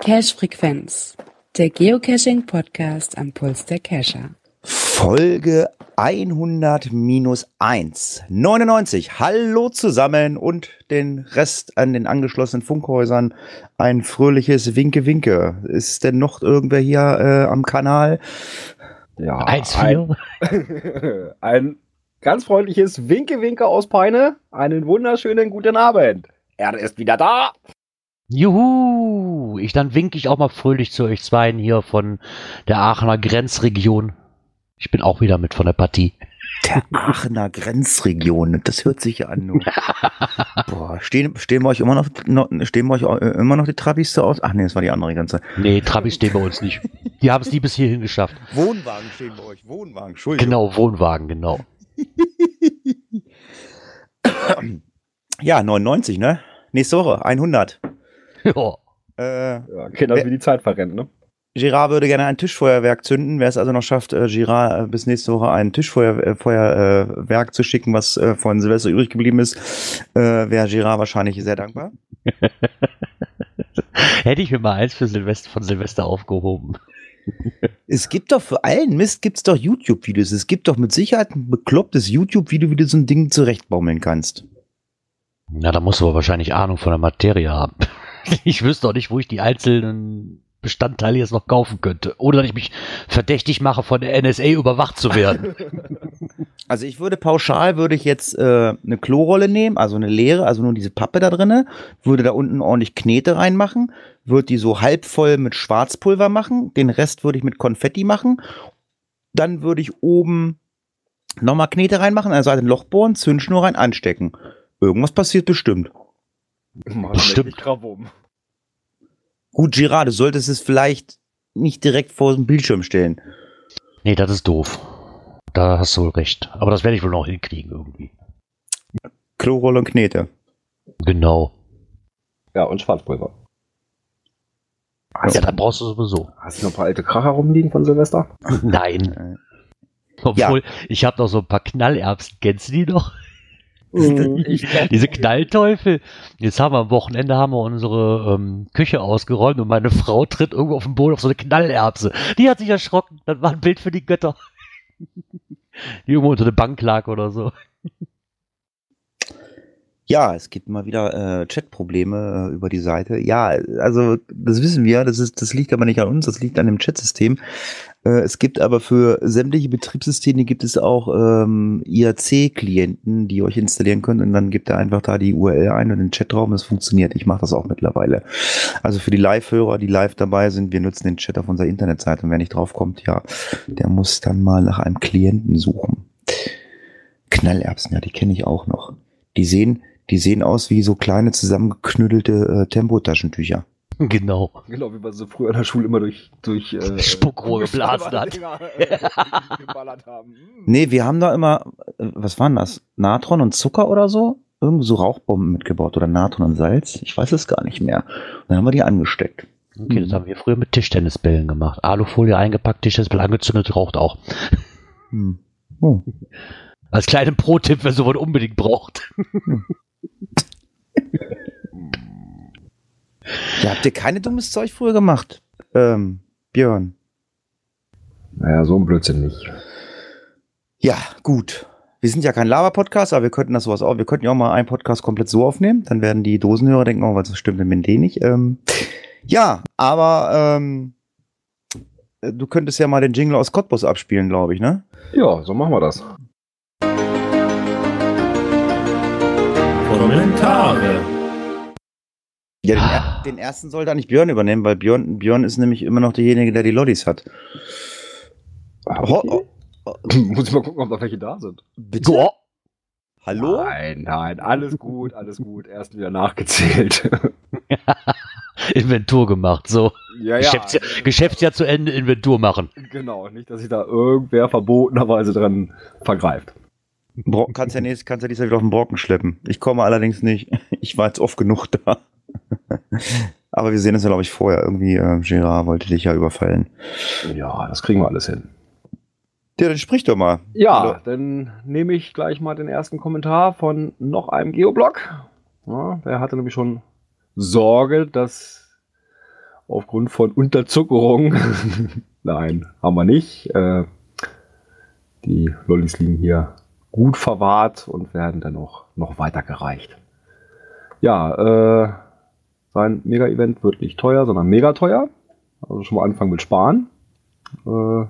Cache-Frequenz, der Geocaching-Podcast am Puls der Cacher. Folge 100-1, 99. Hallo zusammen und den Rest an den angeschlossenen Funkhäusern. Ein fröhliches Winke-Winke. Ist denn noch irgendwer hier am Kanal? Ja, 1-4. Ein ganz freundliches Winke-Winke aus Peine. Einen wunderschönen guten Abend. Er ist wieder da. Juhu! Dann winke ich auch mal fröhlich zu euch zweien hier von der Aachener Grenzregion. Ich bin auch wieder mit von der Partie. Der Aachener Grenzregion, das hört sich ja an. Nur. Boah, stehen bei euch immer noch die Trabis so aus? Ach nee, das war die andere Grenze. Nee, Trabis stehen bei uns nicht. Die haben es nie bis hierhin geschafft. Wohnwagen stehen bei euch, Wohnwagen, Entschuldigung. Genau, Wohnwagen, genau. Ja, 99, ne? Nächste Woche, 100. Ja. Kinder, wie die Zeit verrennt, ne? Girard würde gerne ein Tischfeuerwerk zünden. Wer es also noch schafft, Girard bis nächste Woche ein Tischfeuerwerk zu schicken, was von Silvester übrig geblieben ist, wäre Girard wahrscheinlich sehr dankbar. Hätte ich mir mal eins von Silvester aufgehoben. Es gibt doch für allen Mist gibt's doch YouTube-Videos. Es gibt doch mit Sicherheit ein beklopptes YouTube-Video, wie du so ein Ding zurechtbaumeln kannst. Na, da musst du aber wahrscheinlich Ahnung von der Materie haben. Ich wüsste auch nicht, wo ich die einzelnen Bestandteile jetzt noch kaufen könnte. Oder dass ich mich verdächtig mache, von der NSA überwacht zu werden. Also ich würde jetzt eine Klorolle nehmen, also eine leere, also nur diese Pappe da drinne, würde da unten ordentlich Knete reinmachen, würde die so halb voll mit Schwarzpulver machen, den Rest würde ich mit Konfetti machen, dann würde ich oben nochmal Knete reinmachen, also ein Loch bohren, Zündschnur rein, anstecken. Irgendwas passiert bestimmt. Bestimmt. Gut, Girard, du solltest es vielleicht nicht direkt vor dem Bildschirm stellen. Nee, das ist doof. Da hast du wohl recht. Aber das werde ich wohl noch hinkriegen irgendwie. Klorolle und Knete. Genau. Ja, und Schwarzpulver. Ja, dann brauchst du sowieso. Hast du noch ein paar alte Kracher rumliegen von Silvester? Nein. Obwohl, ich habe noch so ein paar Knallerbsen. Kennst du die noch? Diese Knallteufel. Jetzt haben wir am Wochenende unsere Küche ausgeräumt und meine Frau tritt irgendwo auf den Boden auf so eine Knallerbse. Die hat sich erschrocken. Das war ein Bild für die Götter. Die irgendwo unter der Bank lag oder so. Ja, es gibt mal wieder Chatprobleme über die Seite. Ja, also das wissen wir, das liegt aber nicht an uns, das liegt an dem Chatsystem. Es gibt aber für sämtliche Betriebssysteme gibt es auch IRC-Klienten, die ihr euch installieren könnt und dann gebt ihr einfach da die URL ein und den Chatraum, das funktioniert. Ich mache das auch mittlerweile. Also für die Live-Hörer, die live dabei sind, wir nutzen den Chat auf unserer Internetseite und wer nicht drauf kommt, ja, der muss dann mal nach einem Klienten suchen. Knallerbsen, ja, die kenne ich auch noch. Die sehen aus wie so kleine zusammengeknüttelte Tempotaschentücher. Genau. Genau, wie man so früher in der Schule immer durch Spuckrohr geblasen hat. Geballert haben. Nee, wir haben da immer, was waren das? Natron und Zucker oder so? Irgendwo so Rauchbomben mitgebaut oder Natron und Salz? Ich weiß es gar nicht mehr. Dann haben wir die angesteckt. Okay, das haben wir früher mit Tischtennisbällen gemacht. Alufolie eingepackt, Tischtennisball angezündet, raucht auch. Oh. Als kleinen Pro-Tipp, wer sowas unbedingt braucht. Ja, habt ihr keine dummes Zeug früher gemacht? Björn. Naja, so ein Blödsinn nicht. Ja, gut. Wir sind ja kein Lava-Podcast, aber wir könnten das sowas auch. Wir könnten ja auch mal einen Podcast komplett so aufnehmen. Dann werden die Dosenhörer denken, oh, was stimmt denn mit denen nicht? Ja, aber du könntest ja mal den Jingle aus Cottbus abspielen, glaube ich, ne? Ja, so machen wir das. Kommentare. Ja, den ersten soll da nicht Björn übernehmen, weil Björn ist nämlich immer noch derjenige, der die Lollis hat. Muss ich mal gucken, ob da welche da sind. Bitte? Oh. Hallo? Nein, alles gut. Erst wieder nachgezählt. Inventur gemacht, so. Ja. Geschäftsjahr zu Ende, Inventur machen. Genau, nicht, dass sich da irgendwer verbotenerweise dran vergreift. Kannst ja dieses Jahr wieder auf den Brocken schleppen. Ich komme allerdings nicht. Ich war jetzt oft genug da. Aber wir sehen es ja, glaube ich, vorher. Irgendwie, Girard wollte dich ja überfallen. Ja, das kriegen wir alles hin. Ja, dann sprich doch mal. Ja, Hallo. dann nehme ich gleich mal den ersten Kommentar von noch einem Geoblog. Ja, der hatte nämlich schon Sorge, dass aufgrund von Unterzuckerung. Nein, haben wir nicht. Die Lollis liegen hier gut verwahrt und werden dann noch weitergereicht. Ja, sein Mega-Event wird nicht teuer, sondern mega teuer. Also schon mal anfangen mit Sparen. Das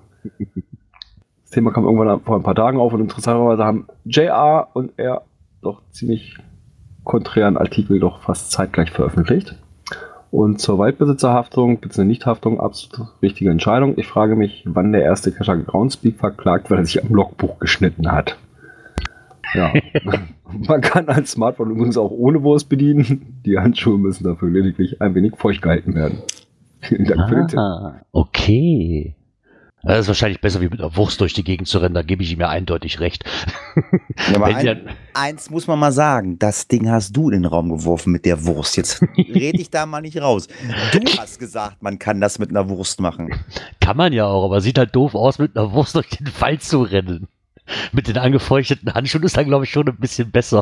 Thema kam irgendwann vor ein paar Tagen auf und interessanterweise haben JR und er doch ziemlich konträren Artikel doch fast zeitgleich veröffentlicht. Und zur Waldbesitzerhaftung bzw. Nichthaftung absolut richtige Entscheidung. Ich frage mich, wann der erste Cacher Groundspeak verklagt, weil er sich am Logbuch geschnitten hat. Ja, man kann ein Smartphone übrigens auch ohne Wurst bedienen. Die Handschuhe müssen dafür lediglich ein wenig feucht gehalten werden. Vielen Dank für den Tipp. Okay. Das ist wahrscheinlich besser, wie mit einer Wurst durch die Gegend zu rennen. Da gebe ich ihm ja eindeutig recht. Ja, aber eins muss man mal sagen. Das Ding hast du in den Raum geworfen mit der Wurst. Jetzt red ich da mal nicht raus. Du hast gesagt, man kann das mit einer Wurst machen. Kann man ja auch, aber sieht halt doof aus, mit einer Wurst durch den Wald zu rennen. Mit den angefeuchteten Handschuhen ist dann, glaube ich, schon ein bisschen besser.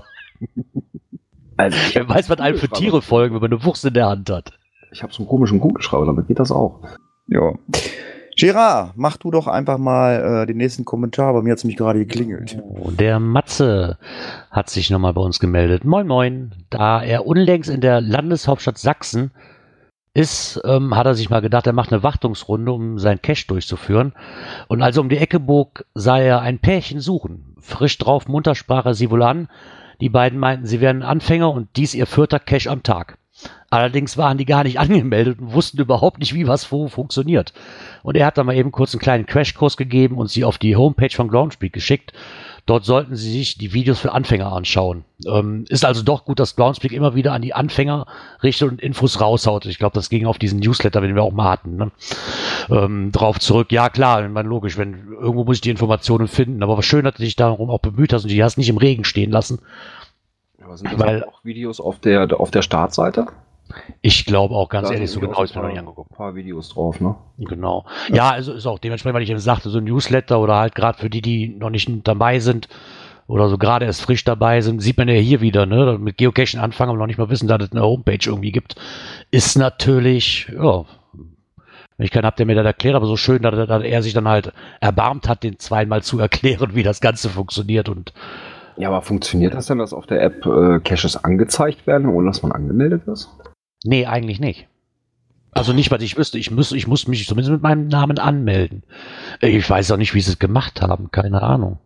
Also Wer weiß, was einem für Tiere folgen, wenn man eine Wurst in der Hand hat. Ich habe so einen komischen Kugelschreiber, damit geht das auch. Ja. Gerard, mach du doch einfach mal den nächsten Kommentar. Bei mir hat es mich gerade geklingelt. Oh, der Matze hat sich nochmal bei uns gemeldet. Moin, moin. Da er unlängst in der Landeshauptstadt Sachsen ist, hat er sich mal gedacht, er macht eine Wartungsrunde, um seinen Cache durchzuführen. Und als er um die Ecke bog, sah er ein Pärchen suchen. Frisch drauf, munter sprach er sie wohl an. Die beiden meinten, sie wären Anfänger und dies ihr 4. Cache am Tag. Allerdings waren die gar nicht angemeldet und wussten überhaupt nicht, wie was wo funktioniert. Und er hat dann mal eben kurz einen kleinen Crashkurs gegeben und sie auf die Homepage von Groundspeak geschickt. Dort sollten sie sich die Videos für Anfänger anschauen. Ist also doch gut, dass Groundspeak immer wieder an die Anfänger richtet und Infos raushaut. Ich glaube, das ging auf diesen Newsletter, den wir auch mal hatten, ne? Drauf zurück. Ja, klar, ich meine, logisch, irgendwo muss ich die Informationen finden. Aber was schön, dass du dich darum auch bemüht hast und die hast nicht im Regen stehen lassen. Aber sind das auch Videos auf der Startseite? Ich glaube auch, ganz Da ehrlich, sind so genau ist mir noch nicht ein angeguckt. paar Videos drauf, ne? Genau. Ja, also ist auch dementsprechend, weil ich eben sagte, so ein Newsletter oder halt gerade für die noch nicht dabei sind oder so gerade erst frisch dabei sind, sieht man ja hier wieder, ne? Mit Geocaching anfangen, aber noch nicht mal wissen, dass es eine Homepage irgendwie gibt, ist natürlich, ja, wenn ich keinen habe, der mir das erklärt, aber so schön, dass er sich dann halt erbarmt hat, den zweimal zu erklären, wie das Ganze funktioniert und Ja, aber funktioniert das denn, dass auf der App Caches angezeigt werden, ohne dass man angemeldet ist? nee, eigentlich nicht. Also nicht, was ich wüsste. Ich muss mich zumindest mit meinem Namen anmelden. Ich weiß auch nicht, wie sie es gemacht haben. Keine Ahnung.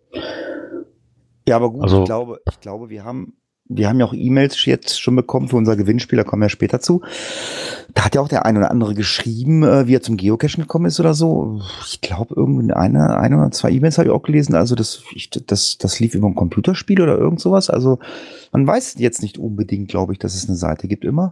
Ja, aber gut, Also- ich glaube, wir haben ja auch E-Mails jetzt schon bekommen für unser Gewinnspiel, da kommen wir später zu. Da hat ja auch der ein oder andere geschrieben, wie er zum Geocachen gekommen ist oder so. Ich glaube, irgendwie eine oder zwei E-Mails habe ich auch gelesen. Also das lief über ein Computerspiel oder irgend sowas. Also man weiß jetzt nicht unbedingt, glaube ich, dass es eine Seite gibt immer.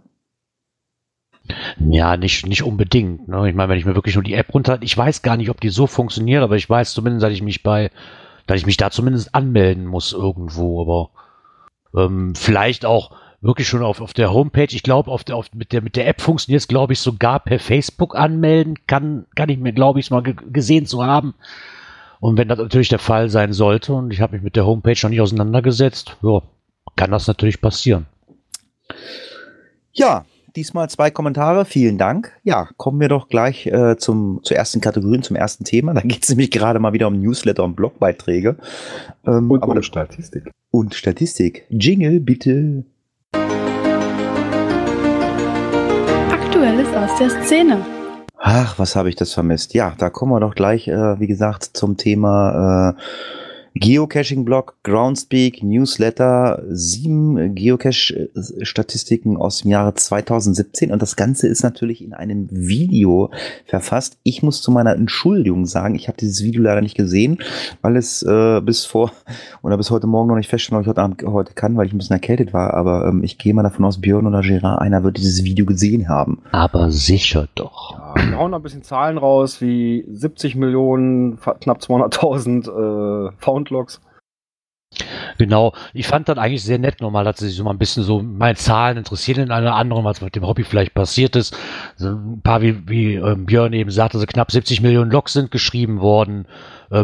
Ja, nicht unbedingt. Ne? Ich meine, wenn ich mir wirklich nur die App runter... Ich weiß gar nicht, ob die so funktioniert, aber ich weiß zumindest, dass ich mich da zumindest anmelden muss irgendwo. Aber vielleicht auch wirklich schon auf der Homepage. Ich glaube, mit der App funktioniert es, glaube ich, sogar per Facebook anmelden. Kann ich mir, glaube ich, mal gesehen zu haben. Und wenn das natürlich der Fall sein sollte und ich habe mich mit der Homepage noch nicht auseinandergesetzt, ja, kann das natürlich passieren. Ja, diesmal 2 Kommentare. Vielen Dank. Ja, kommen wir doch gleich zur ersten Kategorie, zum ersten Thema. Da geht es nämlich gerade mal wieder um Newsletter und Blogbeiträge. Und um Statistik. Und Statistik. Jingle, bitte. Aktuelles aus der Szene. Ach, was habe ich das vermisst? Ja, da kommen wir doch gleich, wie gesagt, zum Thema Geocaching-Blog, Groundspeak, Newsletter, 7 Geocache-Statistiken aus dem Jahre 2017 und das Ganze ist natürlich in einem Video verfasst. Ich muss zu meiner Entschuldigung sagen, ich habe dieses Video leider nicht gesehen, weil es bis heute Morgen noch nicht feststellen, ob ich heute kann, weil ich ein bisschen erkältet war, aber ich gehe mal davon aus, Björn oder Gerard, einer wird dieses Video gesehen haben. Aber sicher doch. Ja, wir hauen noch ein bisschen Zahlen raus, wie 70 Millionen, knapp 200.000 Foundlogs. Genau, ich fand das eigentlich sehr nett nochmal, dass sie sich so mal ein bisschen so meine Zahlen interessieren in einer anderen, was mit dem Hobby vielleicht passiert ist. So ein paar, wie Björn eben sagte, so knapp 70 Millionen Logs sind geschrieben worden.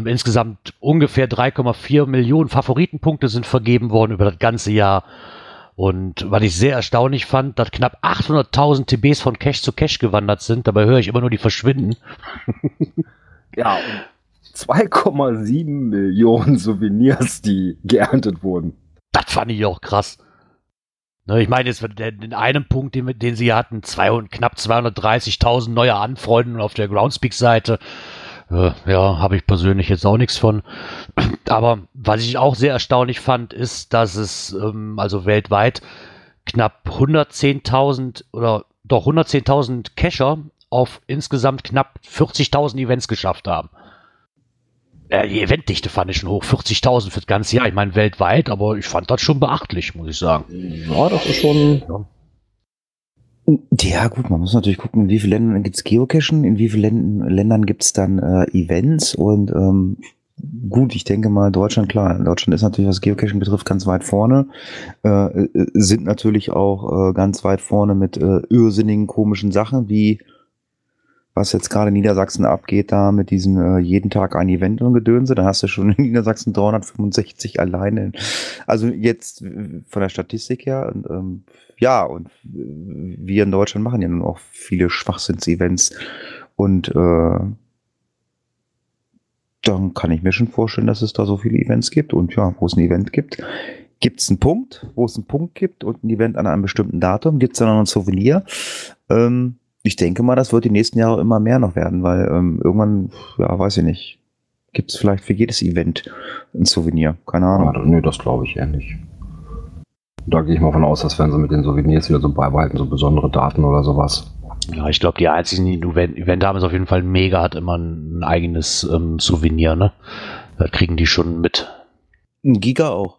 Insgesamt ungefähr 3,4 Millionen Favoritenpunkte sind vergeben worden über das ganze Jahr. Und was ich sehr erstaunlich fand, dass knapp 800.000 TBs von Cache zu Cache gewandert sind. Dabei höre ich immer nur die verschwinden. Ja, und 2,7 Millionen Souvenirs, die geerntet wurden. Das fand ich auch krass. Ne, ich meine, in einem Punkt, den sie hatten, knapp 230.000 neue Anfreunden auf der Groundspeak-Seite. Ja, habe ich persönlich jetzt auch nichts von. Aber was ich auch sehr erstaunlich fand, ist, dass es also weltweit knapp 110.000 oder doch 110.000 Cacher auf insgesamt knapp 40.000 Events geschafft haben. Die Eventdichte fand ich schon hoch, 40.000 für das ganze Jahr. Ich meine weltweit, aber ich fand das schon beachtlich, muss ich sagen. Ja, das ist schon... Ja. Ja, gut, man muss natürlich gucken, in wie vielen Ländern gibt es Geocachen, in wie vielen Ländern gibt es dann Events und gut, ich denke mal, Deutschland ist natürlich, was Geocaching betrifft, ganz weit vorne, sind natürlich auch ganz weit vorne mit irrsinnigen, komischen Sachen, wie was jetzt gerade in Niedersachsen abgeht, da mit diesem jeden Tag ein Event und Gedönse, da hast du schon in Niedersachsen 365 alleine. Also jetzt von der Statistik her, und ja, und wir in Deutschland machen ja nun auch viele Schwachsinns-Events und dann kann ich mir schon vorstellen, dass es da so viele Events gibt und ja, wo es ein Event gibt, gibt es einen Punkt, wo es einen Punkt gibt und ein Event an einem bestimmten Datum, gibt es dann noch ein Souvenir. Ich denke mal, das wird die nächsten Jahre immer mehr noch werden, weil irgendwann, ja, weiß ich nicht, gibt es vielleicht für jedes Event ein Souvenir, keine Ahnung. Ja, nee, das glaube ich eher nicht. Da gehe ich mal von aus, dass wenn sie mit den Souvenirs wieder so beibehalten, so besondere Daten oder sowas. Ja, ich glaube, die einzigen, die ein Event haben, ist auf jeden Fall Mega, hat immer ein eigenes Souvenir, ne? Da kriegen die schon mit. Ein Giga auch.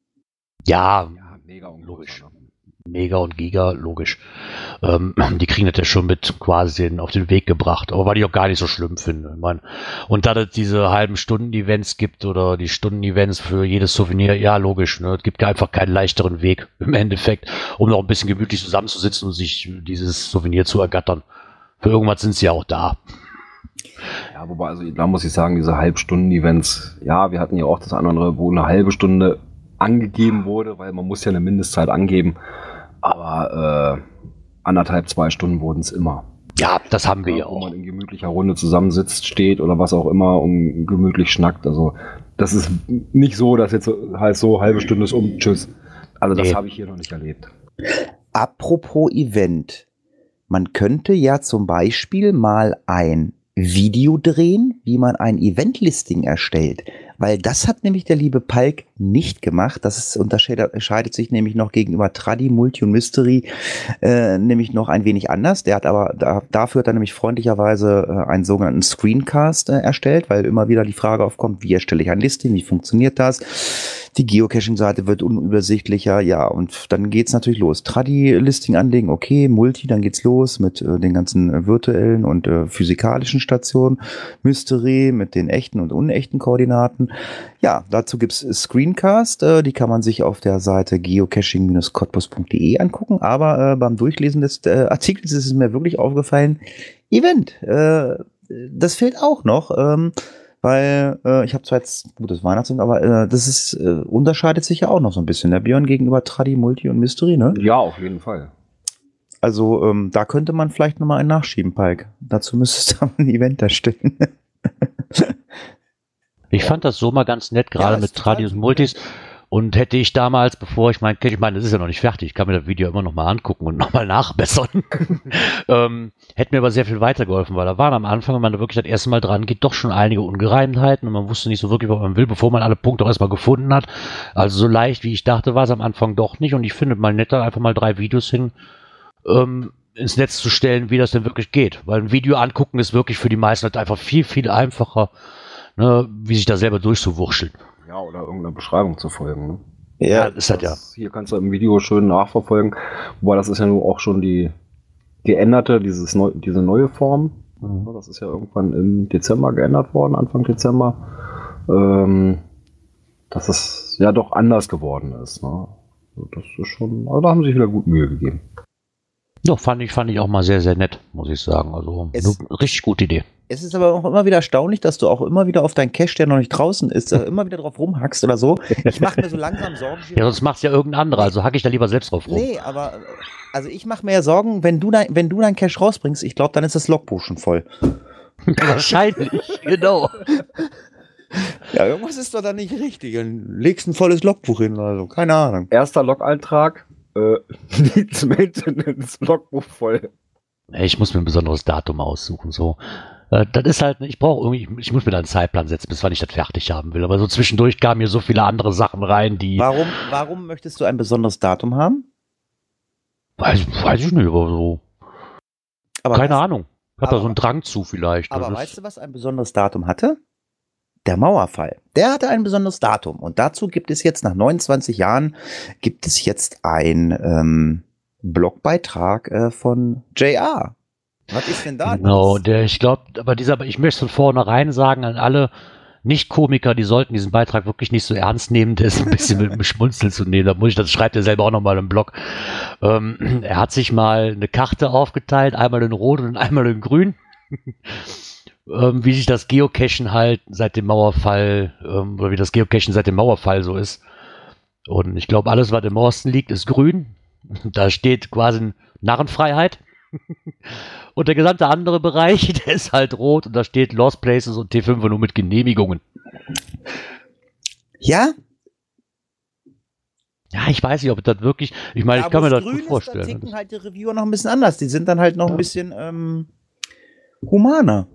Ja, Mega und logisch. Mega und Giga, logisch. Die kriegen das ja schon mit quasi auf den Weg gebracht. Aber was ich auch gar nicht so schlimm finde. Ich meine, und da es diese halben Stunden-Events gibt oder die Stunden-Events für jedes Souvenir, ja, logisch. Ne? Es gibt ja einfach keinen leichteren Weg im Endeffekt, um noch ein bisschen gemütlich zusammenzusitzen und sich dieses Souvenir zu ergattern. Für irgendwas sind sie ja auch da. Ja, wobei, also da muss ich sagen, diese Halbstunden-Events, ja, wir hatten ja auch das andere, wo eine halbe Stunde angegeben wurde, weil man muss ja eine Mindestzeit angeben. Aber 1,5, 2 Stunden wurden es immer. Ja, das haben wir ja Wo auch. man in gemütlicher Runde zusammensitzt, steht oder was auch immer und gemütlich schnackt. Also das ist nicht so, dass jetzt halt so halbe Stunde ist tschüss. Also das habe ich hier noch nicht erlebt. Apropos Event. Man könnte ja zum Beispiel mal ein Video drehen, wie man ein Event-Listing erstellt. Weil das hat nämlich der liebe Palk nicht gemacht. Das unterscheidet sich nämlich noch gegenüber Tradi, Multi und Mystery nämlich noch ein wenig anders. Der hat aber dafür hat er nämlich freundlicherweise einen sogenannten Screencast erstellt, weil immer wieder die Frage aufkommt, wie erstelle ich ein Listing, wie funktioniert das? Die Geocaching-Seite wird unübersichtlicher, ja, und dann geht's natürlich los. Tradi-Listing anlegen, okay, Multi, dann geht's los mit den ganzen virtuellen und physikalischen Stationen, Mystery mit den echten und unechten Koordinaten. Ja, dazu gibt's Screencast, die kann man sich auf der Seite geocaching-cottbus.de angucken, aber beim Durchlesen des Artikels ist es mir wirklich aufgefallen, Event, das fehlt auch noch, weil ich habe zwar jetzt gutes Weihnachten, aber das ist unterscheidet sich ja auch noch so ein bisschen, der Björn gegenüber Tradi, Multi und Mystery, ne? Ja, auf jeden Fall. Also da könnte man vielleicht nochmal einen nachschieben, Palk. Dazu müsstest du ein Event erstellen. Ich fand das so mal ganz nett, gerade mit Tradi und Multis. Und hätte ich damals, bevor ich meine, das ist ja noch nicht fertig, ich kann mir das Video immer noch mal angucken und noch mal nachbessern, hätte mir aber sehr viel weitergeholfen, weil da waren am Anfang, wenn man da wirklich das erste Mal dran geht, doch schon einige Ungereimtheiten und man wusste nicht so wirklich, was man will, bevor man alle Punkte auch erstmal gefunden hat. Also so leicht, wie ich dachte, war es am Anfang doch nicht und ich finde mal netter, einfach mal 3 Videos ins Netz zu stellen, wie das denn wirklich geht. Weil ein Video angucken ist wirklich für die meisten halt einfach viel, viel einfacher, ne, wie sich da selber durchzuwurscheln. Ja, oder irgendeiner Beschreibung zu folgen. Ne? Ja, ist halt ja. Hier kannst du im Video schön nachverfolgen. Wobei das ist ja nur auch schon die geänderte, diese neue Form. Mhm. Das ist ja irgendwann im Dezember geändert worden, Anfang Dezember. Dass es ja doch anders geworden ist. Ne? Das ist schon, also da haben sie sich wieder gut Mühe gegeben. Doch, fand ich auch mal sehr, sehr nett, muss ich sagen. Also eine richtig gute Idee. Es ist aber auch immer wieder erstaunlich, dass du auch immer wieder auf deinen Cache, der noch nicht draußen ist, immer wieder drauf rumhackst oder so. Ich mache mir so langsam Sorgen. Ja, sonst macht's ja irgendein anderer, also hacke ich da lieber selbst drauf rum. Nee, aber also ich mache mir ja Sorgen, wenn du deinen Cache rausbringst, ich glaube, dann ist das Logbuch schon voll. Wahrscheinlich, genau. Ja, irgendwas ist doch da nicht richtig. Dann legst ein volles Logbuch hin oder so, keine Ahnung. Erster Log-Eintrag, Needs Maintenance, Logbuch voll. Ich muss mir ein besonderes Datum aussuchen, so. Das ist halt, ich muss mir da einen Zeitplan setzen, bis wann ich das fertig haben will. Aber so zwischendurch kamen mir so viele andere Sachen rein, die... Warum möchtest du ein besonderes Datum haben? Weiß ich nicht, aber so... Aber keine Ahnung. Ich hab da so einen Drang zu vielleicht. Aber weißt du, was ein besonderes Datum hatte? Der Mauerfall. Der hatte ein besonderes Datum. Und dazu gibt es jetzt nach 29 Jahren, gibt es jetzt ein Blogbeitrag von JR. Was ist denn da? Genau, ich glaube, ich möchte von vornherein sagen an alle Nicht-Komiker, die sollten diesen Beitrag wirklich nicht so ernst nehmen, der ist ein bisschen mit dem Schmunzeln zu nehmen. Das schreibt er selber auch nochmal im Blog. Er hat sich mal eine Karte aufgeteilt, einmal in Rot und einmal in Grün. Wie sich das Geocachen halt seit dem Mauerfall, oder wie das Geocachen seit dem Mauerfall so ist. Und ich glaube, alles, was im Osten liegt, ist grün. Da steht quasi Narrenfreiheit. Und der gesamte andere Bereich, der ist halt rot und da steht Lost Places und T5 nur mit Genehmigungen. Ja? Ja, ich weiß nicht, ob das wirklich, ich meine, ich kann mir das gut vorstellen. Da ticken halt die Reviewer noch ein bisschen anders. Die sind dann halt noch ein bisschen humaner.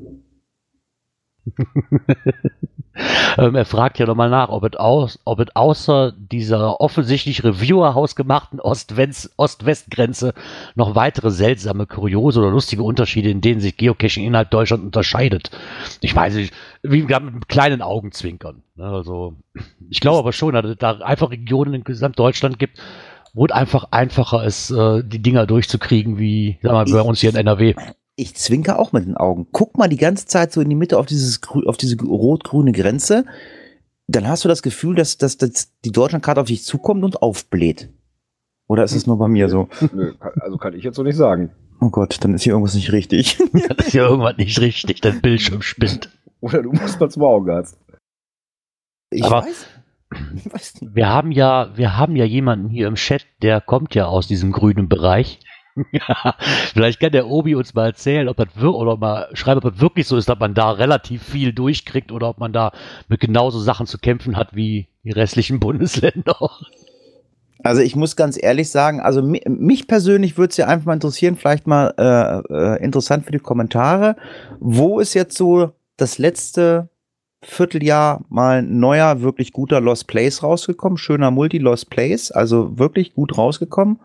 Er fragt ja nochmal nach, ob es außer dieser offensichtlich Reviewer-hausgemachten Ost-West-Grenze noch weitere seltsame, kuriose oder lustige Unterschiede, in denen sich Geocaching innerhalb Deutschland unterscheidet. Ich weiß nicht, wie mit einem kleinen Augenzwinkern. Also, ich glaube aber schon, dass es da einfach Regionen in Gesamtdeutschland gibt, wo es einfach einfacher ist, die Dinger durchzukriegen, wie sagen wir, bei uns hier in NRW. Ich zwinker auch mit den Augen. Guck mal die ganze Zeit so in die Mitte auf diese rot-grüne Grenze. Dann hast du das Gefühl, dass die Deutschlandkarte auf dich zukommt und aufbläht. Oder ist es nur bei mir so? Nö, also kann ich jetzt so nicht sagen. Oh Gott, dann ist hier irgendwas nicht richtig. Dann ist hier irgendwas nicht richtig, dein Bildschirm spinnt. Oder du musst mal zum Augenarzt. Ich weiß nicht. Wir haben ja jemanden hier im Chat, der kommt ja aus diesem grünen Bereich. Ja, vielleicht kann der Obi uns mal erzählen, ob das wirklich so ist, dass man da relativ viel durchkriegt oder ob man da mit genauso Sachen zu kämpfen hat wie die restlichen Bundesländer. Also ich muss ganz ehrlich sagen, also mich persönlich würde es ja einfach mal interessieren, vielleicht mal interessant für die Kommentare, wo ist jetzt so das letzte Vierteljahr mal ein neuer, wirklich guter Lost Place rausgekommen, schöner Multi-Lost Place, also wirklich gut rausgekommen.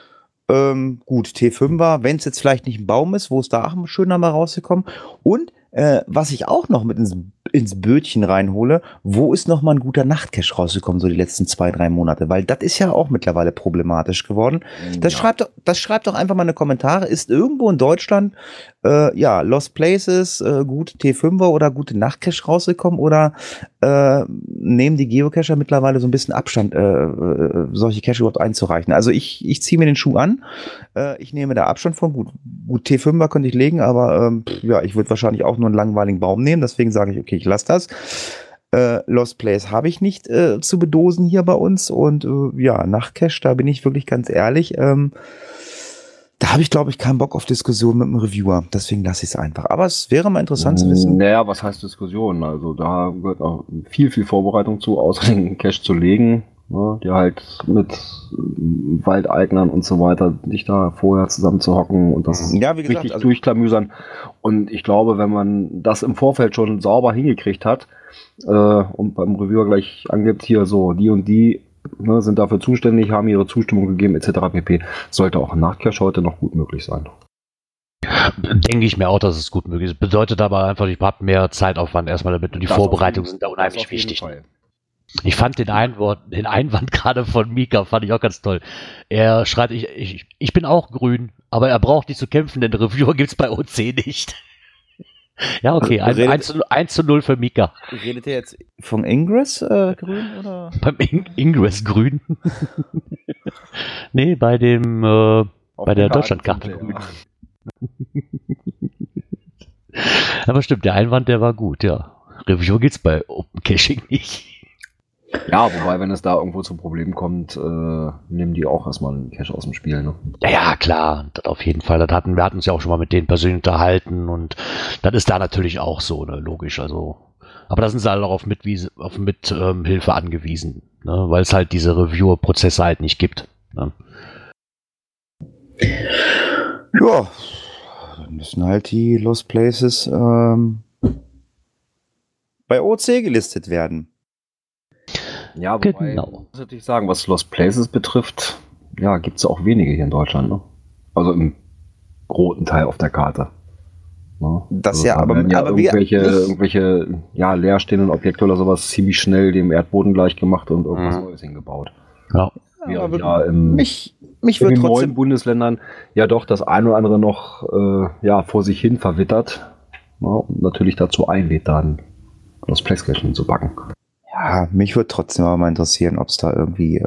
Gut, T5er, wenn es jetzt vielleicht nicht ein Baum ist, wo es da auch schöner mal rausgekommen. Und was ich auch noch mit ins Bötchen reinhole, wo ist noch mal ein guter Nachtcache rausgekommen, so die letzten 2-3 Monate? Weil das ist ja auch mittlerweile problematisch geworden. Das schreibt doch einfach mal in die Kommentare. Ist irgendwo in Deutschland Lost Places, gute T5er oder gute Nachtcache rausgekommen? Oder nehmen die Geocacher mittlerweile so ein bisschen Abstand, solche Cache überhaupt einzureichen? Also ich ziehe mir den Schuh an. Ich nehme da Abstand von. Gut T5er könnte ich legen, aber ich würde wahrscheinlich auch nur einen langweiligen Baum nehmen. Deswegen sage ich, okay, ich lasse das. Lost Place habe ich nicht zu bedosen hier bei uns. Und Nachtcache, da bin ich wirklich ganz ehrlich. Da habe ich, glaube ich, keinen Bock auf Diskussion mit dem Reviewer. Deswegen lasse ich es einfach. Aber es wäre mal interessant zu wissen. Naja, was heißt Diskussion? Also da gehört auch viel Vorbereitung zu, außer den Cache zu legen. Ne, die halt mit Waldeignern und so weiter, dich da vorher zusammen zu hocken und das wie gesagt, richtig durchklamüsern. Und ich glaube, wenn man das im Vorfeld schon sauber hingekriegt hat und beim Reviewer gleich angibt, hier so, die und die sind dafür zuständig, haben ihre Zustimmung gegeben, etc. pp., sollte auch ein Nachtcache heute noch gut möglich sein. Denke ich mir auch, dass es gut möglich ist. Bedeutet aber einfach, ich habe mehr Zeitaufwand erstmal damit und die Vorbereitungen sind da unheimlich wichtig. Fall. Ich fand den Einwand gerade von Mika, fand ich auch ganz toll. Er schreibt, ich bin auch grün, aber er braucht nicht zu kämpfen, denn Reviewer gibt's bei OC nicht. Ja, okay, 1:0 für Mika. Redet ihr jetzt von Ingress grün? Oder? Beim Ingress grün? Nee, bei dem Bei der Deutschlandkarte. Aber stimmt, der Einwand, der war gut, ja. Review gibt's bei Open Caching nicht. Ja, wobei, wenn es da irgendwo zu Problemen kommt, nehmen die auch erstmal einen Cache aus dem Spiel, ne? Ja, klar, das auf jeden Fall. Wir hatten uns ja auch schon mal mit denen persönlich unterhalten und das ist da natürlich auch so, ne, logisch. Also, aber da sind sie halt auch auf Mithilfe angewiesen, ne, weil es halt diese Reviewer-Prozesse halt nicht gibt. Ne? Ja, dann müssen halt die Lost Places bei OC gelistet werden. Ja, wobei, Genau. muss natürlich sagen, was Lost Places betrifft, ja, gibt es auch wenige hier in Deutschland, ne? Also im roten Teil auf der Karte. Ne? Das also ja, aber irgendwelche leerstehenden Objekte oder sowas ziemlich schnell dem Erdboden gleich gemacht und irgendwas Neues hingebaut. Ja. Mich in wird den neuen trotzdem Bundesländern ja doch das ein oder andere noch vor sich hin verwittert, ne? Und natürlich dazu einlädt, dann Lost Place Caching zu packen. Ja, mich würde trotzdem aber mal interessieren, ob es da irgendwie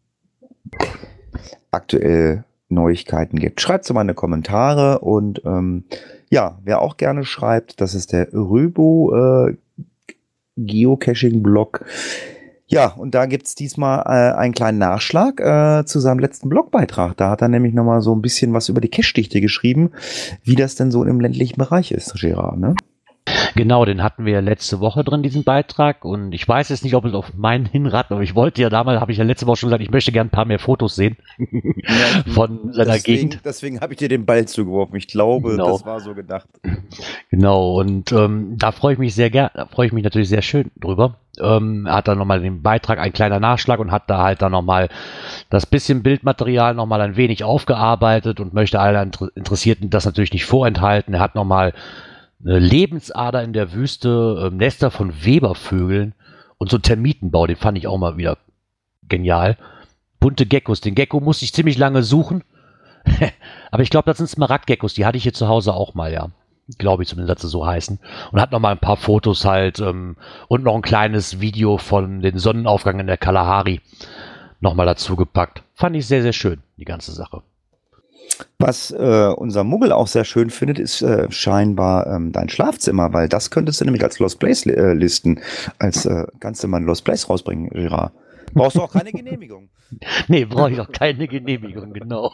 aktuell Neuigkeiten gibt. Schreibt es mal in die Kommentare und wer auch gerne schreibt, das ist der Röbo Geocaching-Blog. Ja, und da gibt es diesmal einen kleinen Nachschlag zu seinem letzten Blogbeitrag. Da hat er nämlich nochmal so ein bisschen was über die Cache-Dichte geschrieben, wie das denn so im ländlichen Bereich ist, Gerard, ne? Genau, den hatten wir letzte Woche drin, diesen Beitrag. Und ich weiß jetzt nicht, ob es auf meinen hinrat, aber ich wollte ja damals, habe ich ja letzte Woche schon gesagt, ich möchte gerne ein paar mehr Fotos sehen von seiner Gegend. Deswegen habe ich dir den Ball zugeworfen. Ich glaube, Genau. Das war so gedacht. Genau, und da freue ich mich natürlich sehr schön drüber. Er hat dann nochmal den Beitrag, ein kleiner Nachschlag und hat da halt dann nochmal das bisschen Bildmaterial nochmal ein wenig aufgearbeitet und möchte allen Interessierten das natürlich nicht vorenthalten. Er hat nochmal eine Lebensader in der Wüste, Nester von Webervögeln und so einen Termitenbau, den fand ich auch mal wieder genial. Bunte Geckos, den Gecko musste ich ziemlich lange suchen, aber ich glaube, das sind Smaragdgeckos, die hatte ich hier zu Hause auch mal, ja. Glaube ich zumindest, dass sie so heißen. Und hat noch mal ein paar Fotos halt und noch ein kleines Video von den Sonnenaufgang in der Kalahari noch mal dazu gepackt. Fand ich sehr, sehr schön, die ganze Sache. Was unser Muggel auch sehr schön findet, ist scheinbar dein Schlafzimmer, weil das könntest du nämlich als Lost Place listen. Kannst du mal ein Lost Place rausbringen, Gerard. Brauchst du auch keine Genehmigung. Nee, brauche ich auch keine Genehmigung, genau.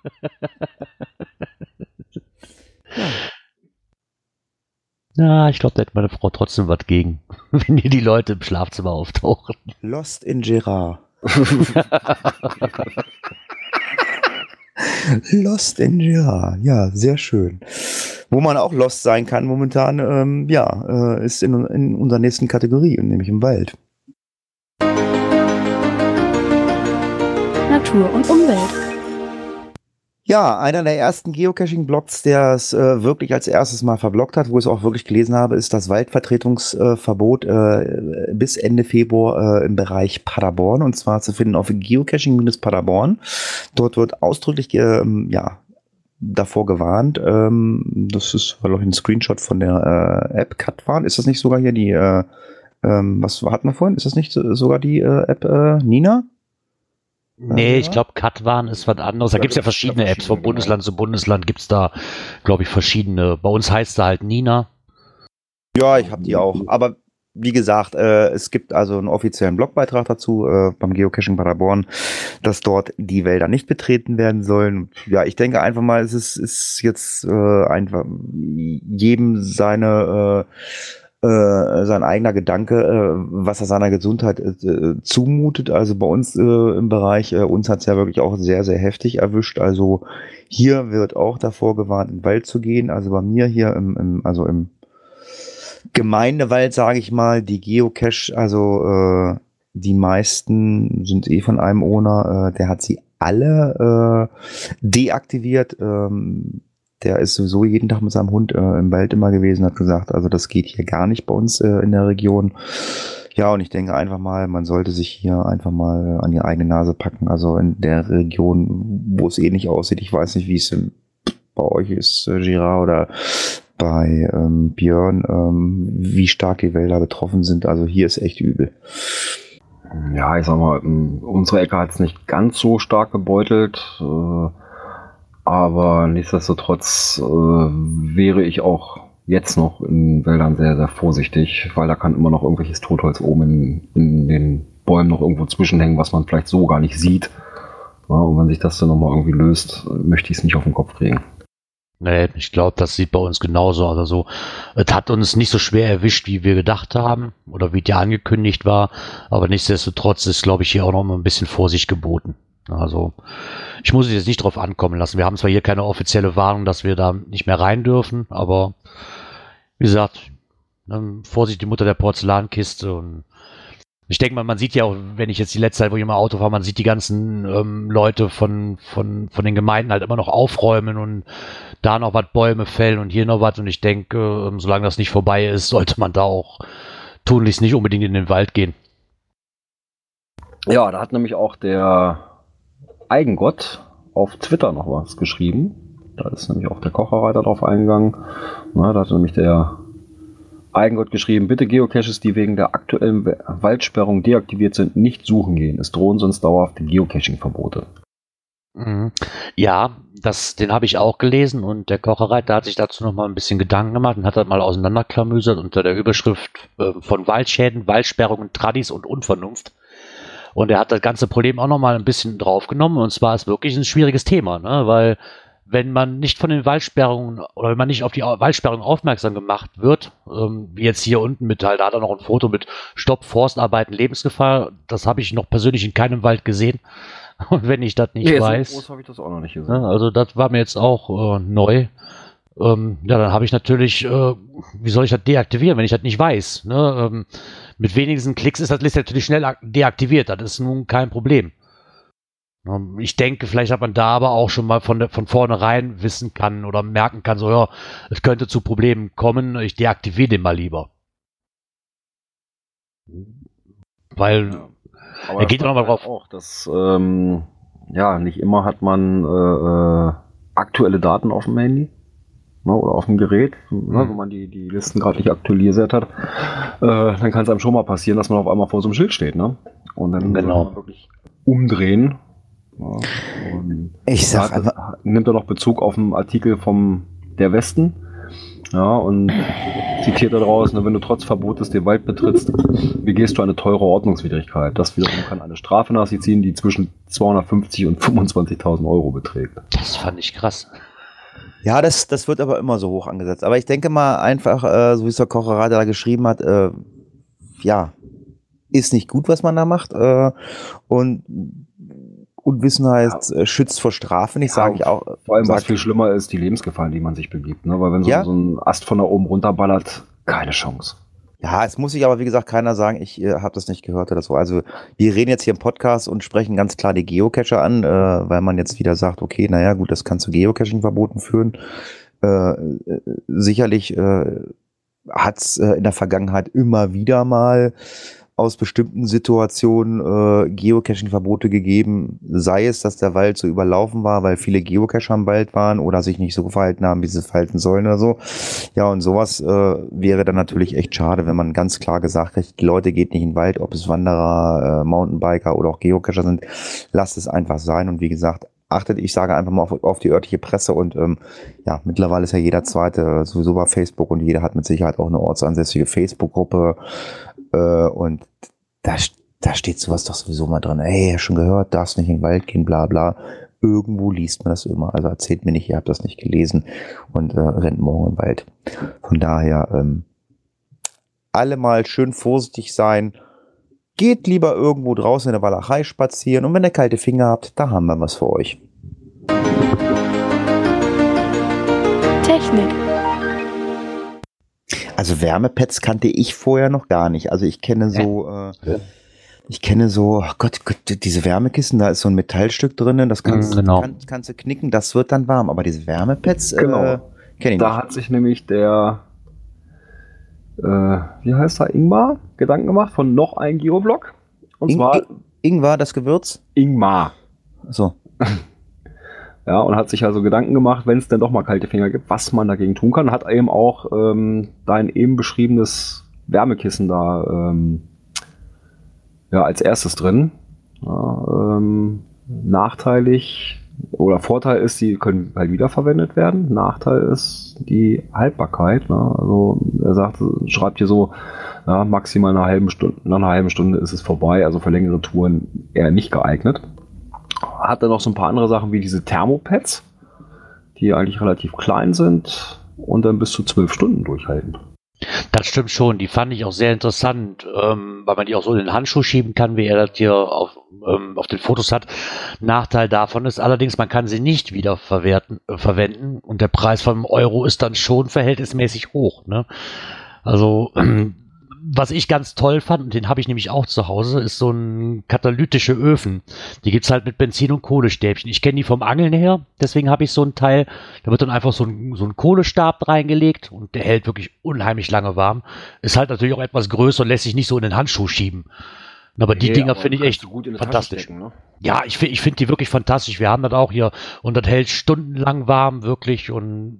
Na, ich glaube, da hätte meine Frau trotzdem was gegen, wenn hier die Leute im Schlafzimmer auftauchen. Lost in Gerard. Lost in Gerard, ja, sehr schön. Wo man auch lost sein kann momentan, ist in unserer nächsten Kategorie, nämlich im Wald. Natur und Umwelt. Ja, einer der ersten Geocaching-Blogs, der es wirklich als erstes mal verbloggt hat, wo ich es auch wirklich gelesen habe, ist das Waldvertretungsverbot bis Ende Februar im Bereich Paderborn, und zwar zu finden auf Geocaching-Paderborn. Dort wird ausdrücklich davor gewarnt. Das ist auch ein Screenshot von der App Katwan. Ist das nicht sogar hier die, was hatten wir vorhin? Ist das nicht sogar die App Nina? Nee, ich glaube, Katwan ist was anderes. Da gibt es ja verschiedene Apps. Von Bundesland zu Bundesland gibt es da, glaube ich, verschiedene. Bei uns heißt sie halt Nina. Ja, ich habe die auch. Aber wie gesagt, es gibt also einen offiziellen Blogbeitrag dazu beim Geocaching Paderborn, dass dort die Wälder nicht betreten werden sollen. Ja, ich denke einfach mal, es ist jetzt einfach jedem sein eigener Gedanke, was er seiner Gesundheit zumutet. Also bei uns im Bereich, uns hat es ja wirklich auch sehr, sehr heftig erwischt. Also hier wird auch davor gewarnt, in den Wald zu gehen. Also bei mir hier im Gemeindewald, sage ich mal, die Geocache, also die meisten sind von einem Owner, der hat sie alle deaktiviert. Der ist sowieso jeden Tag mit seinem Hund im Wald immer gewesen, hat gesagt, also das geht hier gar nicht bei uns in der Region. Ja, und ich denke einfach mal, man sollte sich hier einfach mal an die eigene Nase packen. Also in der Region, wo es ähnlich aussieht, ich weiß nicht, wie es bei euch ist, Gerard, oder bei Björn, wie stark die Wälder betroffen sind. Also hier ist echt übel. Ja, ich sag mal, unsere Ecke hat es nicht ganz so stark gebeutelt. Aber nichtsdestotrotz wäre ich auch jetzt noch in Wäldern sehr, sehr vorsichtig, weil da kann immer noch irgendwelches Totholz oben in den Bäumen noch irgendwo zwischenhängen, was man vielleicht so gar nicht sieht. Ja, und wenn sich das dann nochmal irgendwie löst, möchte ich es nicht auf den Kopf kriegen. Nee, ich glaube, das sieht bei uns genauso. Also so, es hat uns nicht so schwer erwischt, wie wir gedacht haben oder wie der angekündigt war. Aber nichtsdestotrotz ist, glaube ich, hier auch noch mal ein bisschen Vorsicht geboten. Also ich muss es jetzt nicht drauf ankommen lassen. Wir haben zwar hier keine offizielle Warnung, dass wir da nicht mehr rein dürfen, aber wie gesagt, Vorsicht, die Mutter der Porzellankiste. Und ich denke mal, man sieht ja auch, wenn ich jetzt die letzte Zeit, wo ich immer Auto fahre, man sieht die ganzen Leute von den Gemeinden halt immer noch aufräumen und da noch was Bäume fällen und hier noch was. Und ich denke, solange das nicht vorbei ist, sollte man da auch tunlichst nicht unbedingt in den Wald gehen. Ja, da hat nämlich auch der Eigengott auf Twitter noch was geschrieben. Da ist nämlich auch der Kocherreiter drauf eingegangen. Na, da hat nämlich der Eigengott geschrieben, bitte Geocaches, die wegen der aktuellen Waldsperrung deaktiviert sind, nicht suchen gehen. Es drohen sonst dauerhafte Geocaching-Verbote. Ja, den habe ich auch gelesen und der Kocherreiter hat sich dazu noch mal ein bisschen Gedanken gemacht und hat das mal auseinanderklamüsert unter der Überschrift von Waldschäden, Waldsperrungen, Tradis und Unvernunft. Und er hat das ganze Problem auch noch mal ein bisschen draufgenommen und zwar ist wirklich ein schwieriges Thema, ne? Weil wenn man nicht von den Waldsperrungen oder wenn man nicht auf die Waldsperrungen aufmerksam gemacht wird, wie jetzt hier unten mit halt, da hat er noch ein Foto mit Stopp, Forstarbeiten, Lebensgefahr, das habe ich noch persönlich in keinem Wald gesehen. Und wenn ich das nicht weiß. So groß habe ich das auch noch nicht gesehen. Also das war mir jetzt auch neu. Ja, dann habe ich natürlich, wie soll ich das deaktivieren, wenn ich das nicht weiß? Ne? Mit wenigsten Klicks ist das List natürlich schnell deaktiviert. Das ist nun kein Problem. Ich denke, vielleicht hat man da aber auch schon mal von vornherein wissen kann oder merken kann, so ja, es könnte zu Problemen kommen, ich deaktiviere den mal lieber. Weil er geht auch nochmal drauf. Auch, dass, ja, nicht immer hat man aktuelle Daten auf dem Handy, ne, oder auf dem Gerät, ne, wenn man die Listen gerade nicht aktualisiert hat, dann kann es einem schon mal passieren, dass man auf einmal vor so einem Schild steht, ne? Und dann kann man wirklich umdrehen. Ja, und ich sag nimmt er noch Bezug auf einen Artikel vom Der Westen, ja, und zitiert daraus, ne, wenn du trotz Verbotes den Wald betrittst, begehst du eine teure Ordnungswidrigkeit. Das wiederum kann eine Strafe nach sich ziehen, die zwischen 250 und 25.000 Euro beträgt. Das fand ich krass. Ja, das wird aber immer so hoch angesetzt. Aber ich denke mal einfach, so wie es der Kocherreiter da geschrieben hat, ja, ist nicht gut, was man da macht. Und Unwissenheit schützt vor Strafe nicht, sage ich auch. Vor allem, was viel schlimmer ist, die Lebensgefahr, in die man sich begibt. Ne? Weil wenn so ein Ast von da oben runterballert, keine Chance. Ja, es muss sich aber, wie gesagt, keiner sagen, ich habe das nicht gehört oder so. Also wir reden jetzt hier im Podcast und sprechen ganz klar die Geocacher an, weil man jetzt wieder sagt, okay, naja gut, das kann zu Geocaching-Verboten führen. Sicherlich hat es in der Vergangenheit immer wieder mal aus bestimmten Situationen Geocaching-Verbote gegeben, sei es, dass der Wald so überlaufen war, weil viele Geocacher im Wald waren oder sich nicht so verhalten haben, wie sie verhalten sollen oder so. Ja, und sowas wäre dann natürlich echt schade, wenn man ganz klar gesagt hat, die Leute geht nicht in den Wald, ob es Wanderer, Mountainbiker oder auch Geocacher sind, lasst es einfach sein. Und wie gesagt, achtet, ich sage einfach mal auf die örtliche Presse und ja, mittlerweile ist ja jeder Zweite sowieso bei Facebook und jeder hat mit Sicherheit auch eine ortsansässige Facebook-Gruppe und da steht sowas doch sowieso mal drin. Hey, schon gehört, darfst nicht in den Wald gehen, bla bla. Irgendwo liest man das immer. Also erzählt mir nicht, ihr habt das nicht gelesen und rennt morgen im Wald. Von daher alle mal schön vorsichtig sein. Geht lieber irgendwo draußen in der Walachei spazieren und wenn ihr kalte Finger habt, da haben wir was für euch. Technik. Also Wärmepads kannte ich vorher noch gar nicht. Also ich kenne so, oh Gott, diese Wärmekissen, da ist so ein Metallstück drin, das kannst du knicken, das wird dann warm. Aber diese Wärmepads kenne ich nicht. Da hat sich nämlich der, wie heißt er, Ingmar, Gedanken gemacht von noch ein Geoblock. Und zwar Ingwer, das Gewürz? Ingmar. So. Ja, und hat sich also Gedanken gemacht, wenn es denn doch mal kalte Finger gibt, was man dagegen tun kann. Hat eben auch dein eben beschriebenes Wärmekissen da ja, als erstes drin. Ja, nachteilig Oder Vorteil ist, sie können halt wiederverwendet werden. Nachteil ist die Haltbarkeit. Ne? Also er schreibt hier so, ja, maximal eine halbe Stunde. Nach einer halben Stunde ist es vorbei. Also für längere Touren eher nicht geeignet. Hat dann noch so ein paar andere Sachen wie diese Thermopads, die eigentlich relativ klein sind und dann bis zu 12 Stunden durchhalten. Das stimmt schon, die fand ich auch sehr interessant, weil man die auch so in den Handschuh schieben kann, wie er das hier auf den Fotos hat. Nachteil davon ist allerdings, man kann sie nicht wieder verwenden und der Preis von Euro ist dann schon verhältnismäßig hoch. Ne? Also was ich ganz toll fand, und den habe ich nämlich auch zu Hause, ist so ein katalytische Öfen. Die gibt's halt mit Benzin- und Kohlestäbchen. Ich kenne die vom Angeln her, deswegen habe ich so ein Teil. Da wird dann einfach so ein Kohlestab reingelegt und der hält wirklich unheimlich lange warm. Ist halt natürlich auch etwas größer und lässt sich nicht so in den Handschuh schieben. Aber die Dinger finde ich echt gut fantastisch. Stecken, ne? Ja, ich finde die wirklich fantastisch. Wir haben das auch hier und das hält stundenlang warm, wirklich. Und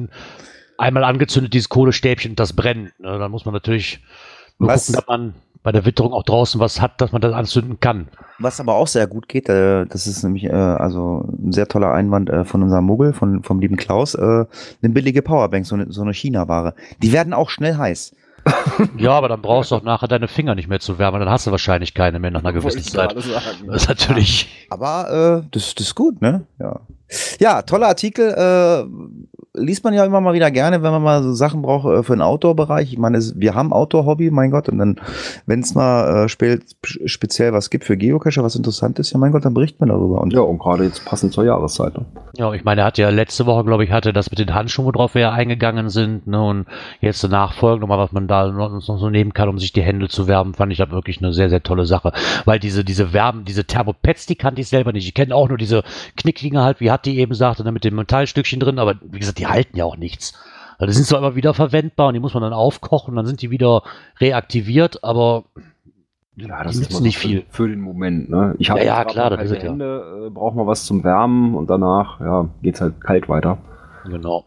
einmal angezündet, dieses Kohlestäbchen, das brennt. Ne? Da muss man natürlich nur gucken, dass man bei der Witterung auch draußen was hat, dass man das anzünden kann. Was aber auch sehr gut geht, das ist nämlich also ein sehr toller Einwand von unserem Muggel, vom lieben Klaus, eine billige Powerbank, so eine China-Ware. Die werden auch schnell heiß. Ja, aber dann brauchst du auch nachher deine Finger nicht mehr zu wärmen, dann hast du wahrscheinlich keine mehr nach einer gewissen Zeit. Das ist natürlich. Aber das ist gut, ne? Ja, toller Artikel. Liest man ja immer mal wieder gerne, wenn man mal so Sachen braucht für den Outdoor-Bereich. Ich meine, wir haben Outdoor-Hobby, mein Gott, und dann, wenn es mal speziell was gibt für Geocacher, was interessant ist, ja mein Gott, dann berichtet man darüber. Und gerade jetzt passend zur Jahreszeit. Ne? Ja, ich meine, er hat ja letzte Woche, glaube ich, das mit den Handschuhen, worauf wir ja eingegangen sind, ne, und jetzt nachfolgend nochmal, was man da noch so nehmen kann, um sich die Hände zu wärmen, fand ich das wirklich eine sehr, sehr tolle Sache. Weil diese Thermopads, die kannte ich selber nicht. Ich kenne auch nur diese Knicklinge halt, wie Hatti eben sagte, ne, mit dem Metallstückchen drin, aber wie gesagt, die halten ja auch nichts. Also die sind zwar immer wieder verwendbar und die muss man dann aufkochen, dann sind die wieder reaktiviert, aber ja, das ist nicht viel für den Moment. Ne? Ich habe klar, das ist Hände, braucht man was zum Wärmen und danach geht's halt kalt weiter. Genau.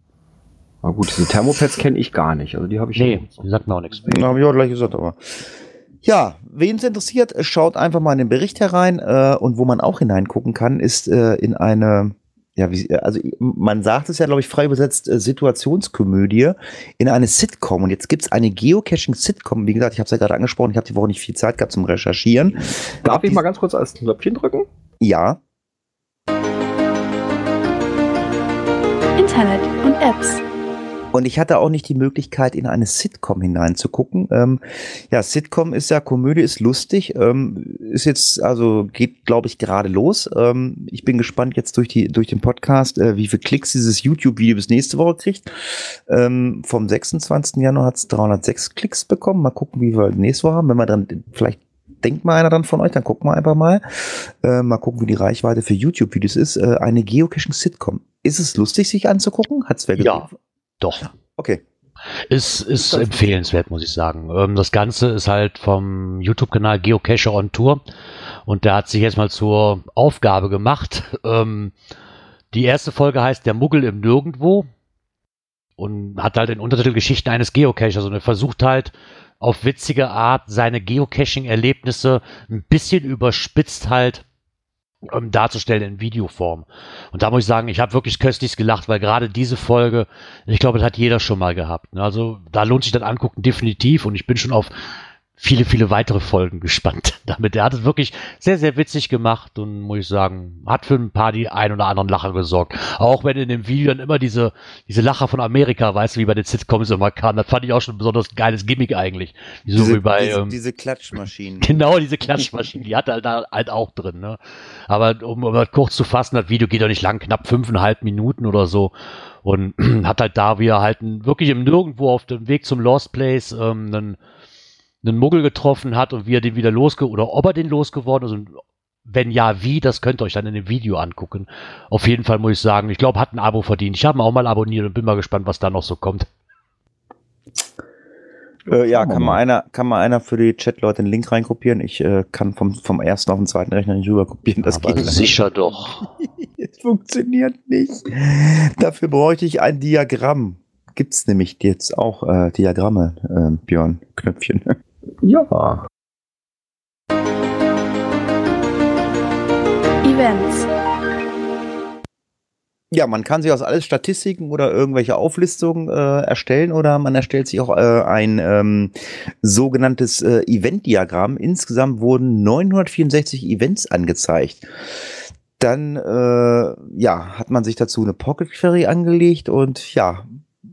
Na gut, diese Thermopads kenne ich gar nicht. Also die habe ich nicht. Die sagt mir auch nichts. Habe ich auch gleich gesagt, aber ja, wen es interessiert, schaut einfach mal in den Bericht herein und wo man auch hineingucken kann, ist in eine man sagt es ja, glaube ich, frei übersetzt, Situationskomödie in eine Sitcom. Und jetzt gibt es eine Geocaching-Sitcom. Wie gesagt, ich habe es ja gerade angesprochen, ich habe die Woche nicht viel Zeit gehabt zum Recherchieren. Darf ich mal ganz kurz als Knöpfchen drücken? Ja. Internet und Apps. Und ich hatte auch nicht die Möglichkeit, in eine Sitcom hineinzugucken. Sitcom ist ja, Komödie ist lustig, ist jetzt, also geht, glaube ich, gerade los. Ich bin gespannt jetzt durch den Podcast, wie viele Klicks dieses YouTube-Video bis nächste Woche kriegt. Vom 26. Januar hat es 306 Klicks bekommen. Mal gucken, wie wir nächste Woche haben. Wenn wir dann, vielleicht denkt mal einer dann von euch, dann gucken wir einfach mal. Mal gucken, wie die Reichweite für YouTube-Videos ist. Eine Geocaching-Sitcom. Ist es lustig, sich anzugucken? Hat's wer gesehen? Ja. Doch. Okay. Ist empfehlenswert, muss ich sagen. Das Ganze ist halt vom YouTube-Kanal Geocacher on Tour und der hat sich jetzt mal zur Aufgabe gemacht. Die erste Folge heißt Der Muggel im Nirgendwo und hat halt den Untertitel Geschichten eines Geocachers und er versucht halt auf witzige Art seine Geocaching-Erlebnisse ein bisschen überspitzt halt darzustellen in Videoform. Und da muss ich sagen, ich habe wirklich köstlich gelacht, weil gerade diese Folge, ich glaube, das hat jeder schon mal gehabt. Also da lohnt sich das angucken definitiv und ich bin schon auf viele, viele weitere Folgen gespannt damit. Er hat es wirklich sehr, sehr witzig gemacht und muss ich sagen, hat für ein paar die ein oder anderen Lacher gesorgt. Auch wenn in dem Video dann immer diese Lacher von Amerika, weißt du, wie bei den Sitcoms immer kamen, das fand ich auch schon ein besonders geiles Gimmick eigentlich. Diese Klatschmaschinen. Genau, diese Klatschmaschinen, die hat er da halt auch drin. Ne? Aber um das kurz zu fassen, das Video geht doch nicht lang, knapp 5,5 Minuten oder so. Und hat halt da, wie er halt wirklich im Nirgendwo auf dem Weg zum Lost Place einen Muggel getroffen hat und wie er den wieder oder ob er den losgeworden ist und wenn ja, wie, das könnt ihr euch dann in dem Video angucken. Auf jeden Fall muss ich sagen, ich glaube, hat ein Abo verdient. Ich habe ihn auch mal abonniert und bin mal gespannt, was da noch so kommt. Kann mal einer für die Chat-Leute den Link reinkopieren? Ich kann vom ersten auf den zweiten Rechner nicht rüber kopieren. Das aber geht sicher nicht. Doch. Es funktioniert nicht. Dafür bräuchte ich ein Diagramm. Gibt's nämlich jetzt auch Diagramme, Björn, Knöpfchen. Ja. Events. Ja, man kann sich aus alles Statistiken oder irgendwelche Auflistungen erstellen oder man erstellt sich auch ein sogenanntes Event-Diagramm. Insgesamt wurden 964 Events angezeigt. Dann hat man sich dazu eine Pocket Query angelegt und ja,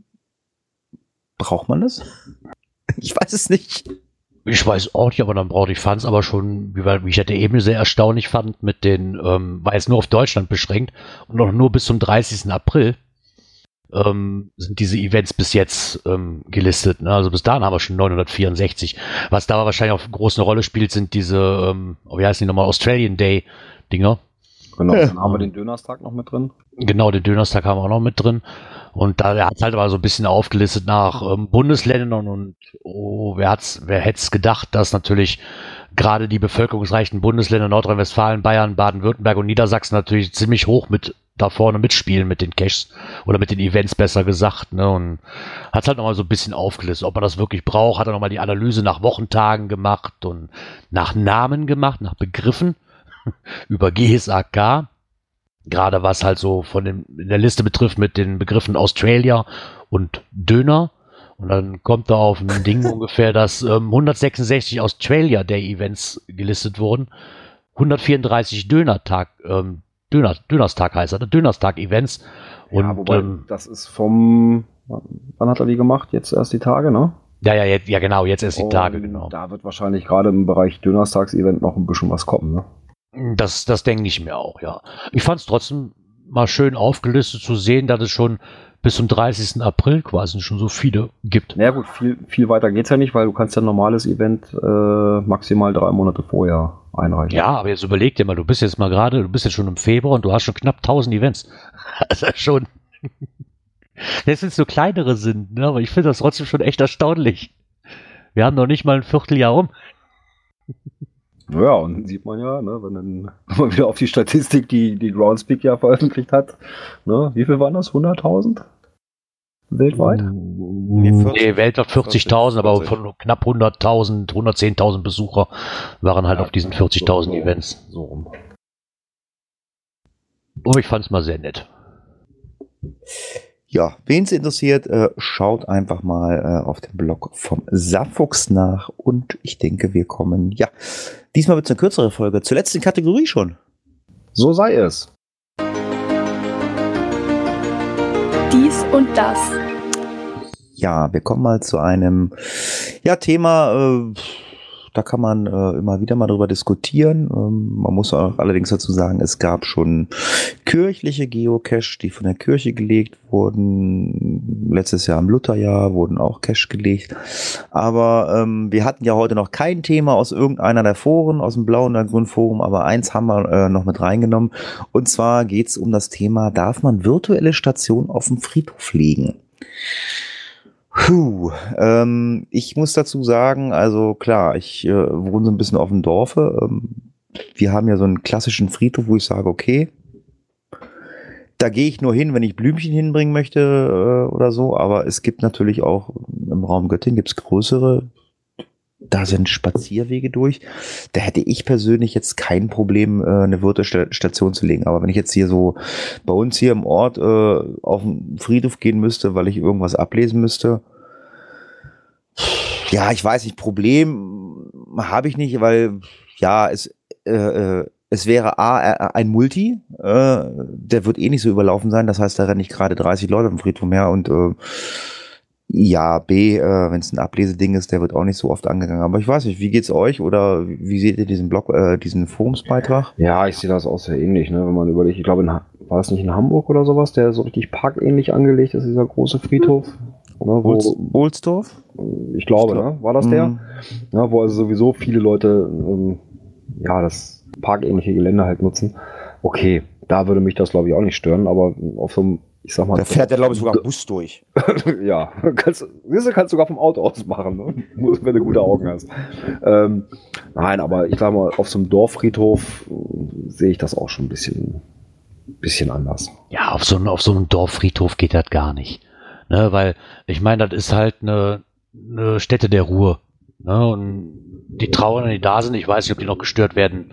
braucht man das? Ich weiß es nicht. Ich weiß auch nicht, aber dann brauchte ich fand es aber schon, wie ich hatte eben sehr erstaunlich fand, mit den, war jetzt nur auf Deutschland beschränkt und auch nur bis zum 30. April sind diese Events bis jetzt gelistet. Ne? Also bis dahin haben wir schon 964. Was da wahrscheinlich auch eine große Rolle spielt, sind diese, wie heißen die nochmal, Australian Day Dinger. Genau, dann haben wir den Dönerstag noch mit drin. Genau, den Dönerstag haben wir auch noch mit drin. Und da hat es halt aber so ein bisschen aufgelistet nach Bundesländern und wer hätte es gedacht, dass natürlich gerade die bevölkerungsreichen Bundesländer Nordrhein-Westfalen, Bayern, Baden-Württemberg und Niedersachsen natürlich ziemlich hoch mit da vorne mitspielen mit den Caches oder mit den Events besser gesagt. Ne? Und hat es halt nochmal so ein bisschen aufgelistet, ob man das wirklich braucht. Hat er nochmal die Analyse nach Wochentagen gemacht und nach Namen gemacht, nach Begriffen über GSAK. Gerade was halt so in der Liste betrifft mit den Begriffen Australia und Döner. Und dann kommt da auf ein Ding ungefähr, dass 166 Australia Day Events gelistet wurden. 134 Dönerstag heißt das, Dönerstag Events. Und ja, wobei, das ist wann hat er die gemacht? Jetzt erst die Tage, ne? Ja, genau, jetzt erst die Tage, genau. Da wird wahrscheinlich gerade im Bereich Dönerstags-Event noch ein bisschen was kommen, ne? Das denke ich mir auch, ja. Ich fand es trotzdem mal schön aufgelistet zu sehen, dass es schon bis zum 30. April quasi schon so viele gibt. Na ja, gut, viel weiter geht's ja nicht, weil du kannst ja ein normales Event maximal 3 Monate vorher einreichen. Ja, aber jetzt überleg dir mal, du bist jetzt schon im Februar und du hast schon knapp 1000 Events. Das ist schon... Jetzt sind es so kleinere sind, ne? Aber ich finde das trotzdem schon echt erstaunlich. Wir haben noch nicht mal ein Vierteljahr rum. Ja, und dann sieht man ja, ne, wenn man wieder auf die Statistik, die Groundspeak ja veröffentlicht hat, ne, wie viel waren das? 100.000? Weltweit? Nee, weltweit 40.000, aber von knapp 100.000, 110.000 Besucher waren halt auf diesen 40.000 Events. So rum. Oh, ich fand's mal sehr nett. Ja, wen es interessiert, schaut einfach mal auf dem Blog vom Saarfuchs nach und ich denke, wir kommen, ja, diesmal wird es eine kürzere Folge, zur letzten Kategorie schon. So sei es. Dies und das. Ja, wir kommen mal zu einem Thema, da kann man immer wieder mal drüber diskutieren. Man muss auch allerdings dazu sagen, es gab schon kirchliche Geocache, die von der Kirche gelegt wurden. Letztes Jahr im Lutherjahr wurden auch Cache gelegt. Aber wir hatten ja heute noch kein Thema aus irgendeiner der Foren, aus dem Blauen oder Grünen Forum, aber eins haben wir noch mit reingenommen. Und zwar geht es um das Thema, darf man virtuelle Stationen auf dem Friedhof legen? Ich muss dazu sagen, also klar, ich wohne so ein bisschen auf dem Dorfe. Wir haben ja so einen klassischen Friedhof, wo ich sage, okay, da gehe ich nur hin, wenn ich Blümchen hinbringen möchte oder so. Aber es gibt natürlich auch im Raum Göttingen gibt's größere, da sind Spazierwege durch. Da hätte ich persönlich jetzt kein Problem, eine virtuelle Station zu legen. Aber wenn ich jetzt hier so bei uns hier im Ort auf den Friedhof gehen müsste, weil ich irgendwas ablesen müsste, ja, ich weiß nicht, Problem habe ich nicht, weil ja, es wäre ein Multi, der wird eh nicht so überlaufen sein. Das heißt, da rennen nicht gerade 30 Leute am Friedhof her und wenn es ein Ableseding ist, der wird auch nicht so oft angegangen. Aber ich weiß nicht, wie geht's euch oder wie seht ihr diesen Blog, diesen Forumsbeitrag? Ja, ich sehe das auch sehr ähnlich, ne? Wenn man überlegt, ich glaube, war das nicht in Hamburg oder sowas, der so richtig parkähnlich angelegt ist, dieser große Friedhof? Ne, Ohlsdorf? Ich glaube, ne? War das der? Ja, wo also sowieso viele Leute das parkähnliche Gelände halt nutzen. Okay, da würde mich das, glaube ich, auch nicht stören, aber auf so einem, ich sag mal... Da fährt der, glaube ich, sogar ein Bus durch. Ja, kannst sogar vom Auto aus machen, ne? Wenn du gute Augen hast. Nein, aber ich sag mal, auf so einem Dorffriedhof sehe ich das auch schon ein bisschen anders. Ja, auf so einem Dorffriedhof geht das gar nicht. Ne, weil, ich meine, das ist halt eine Stätte der Ruhe. Ne, und die Trauer, die da sind, ich weiß nicht, ob die noch gestört werden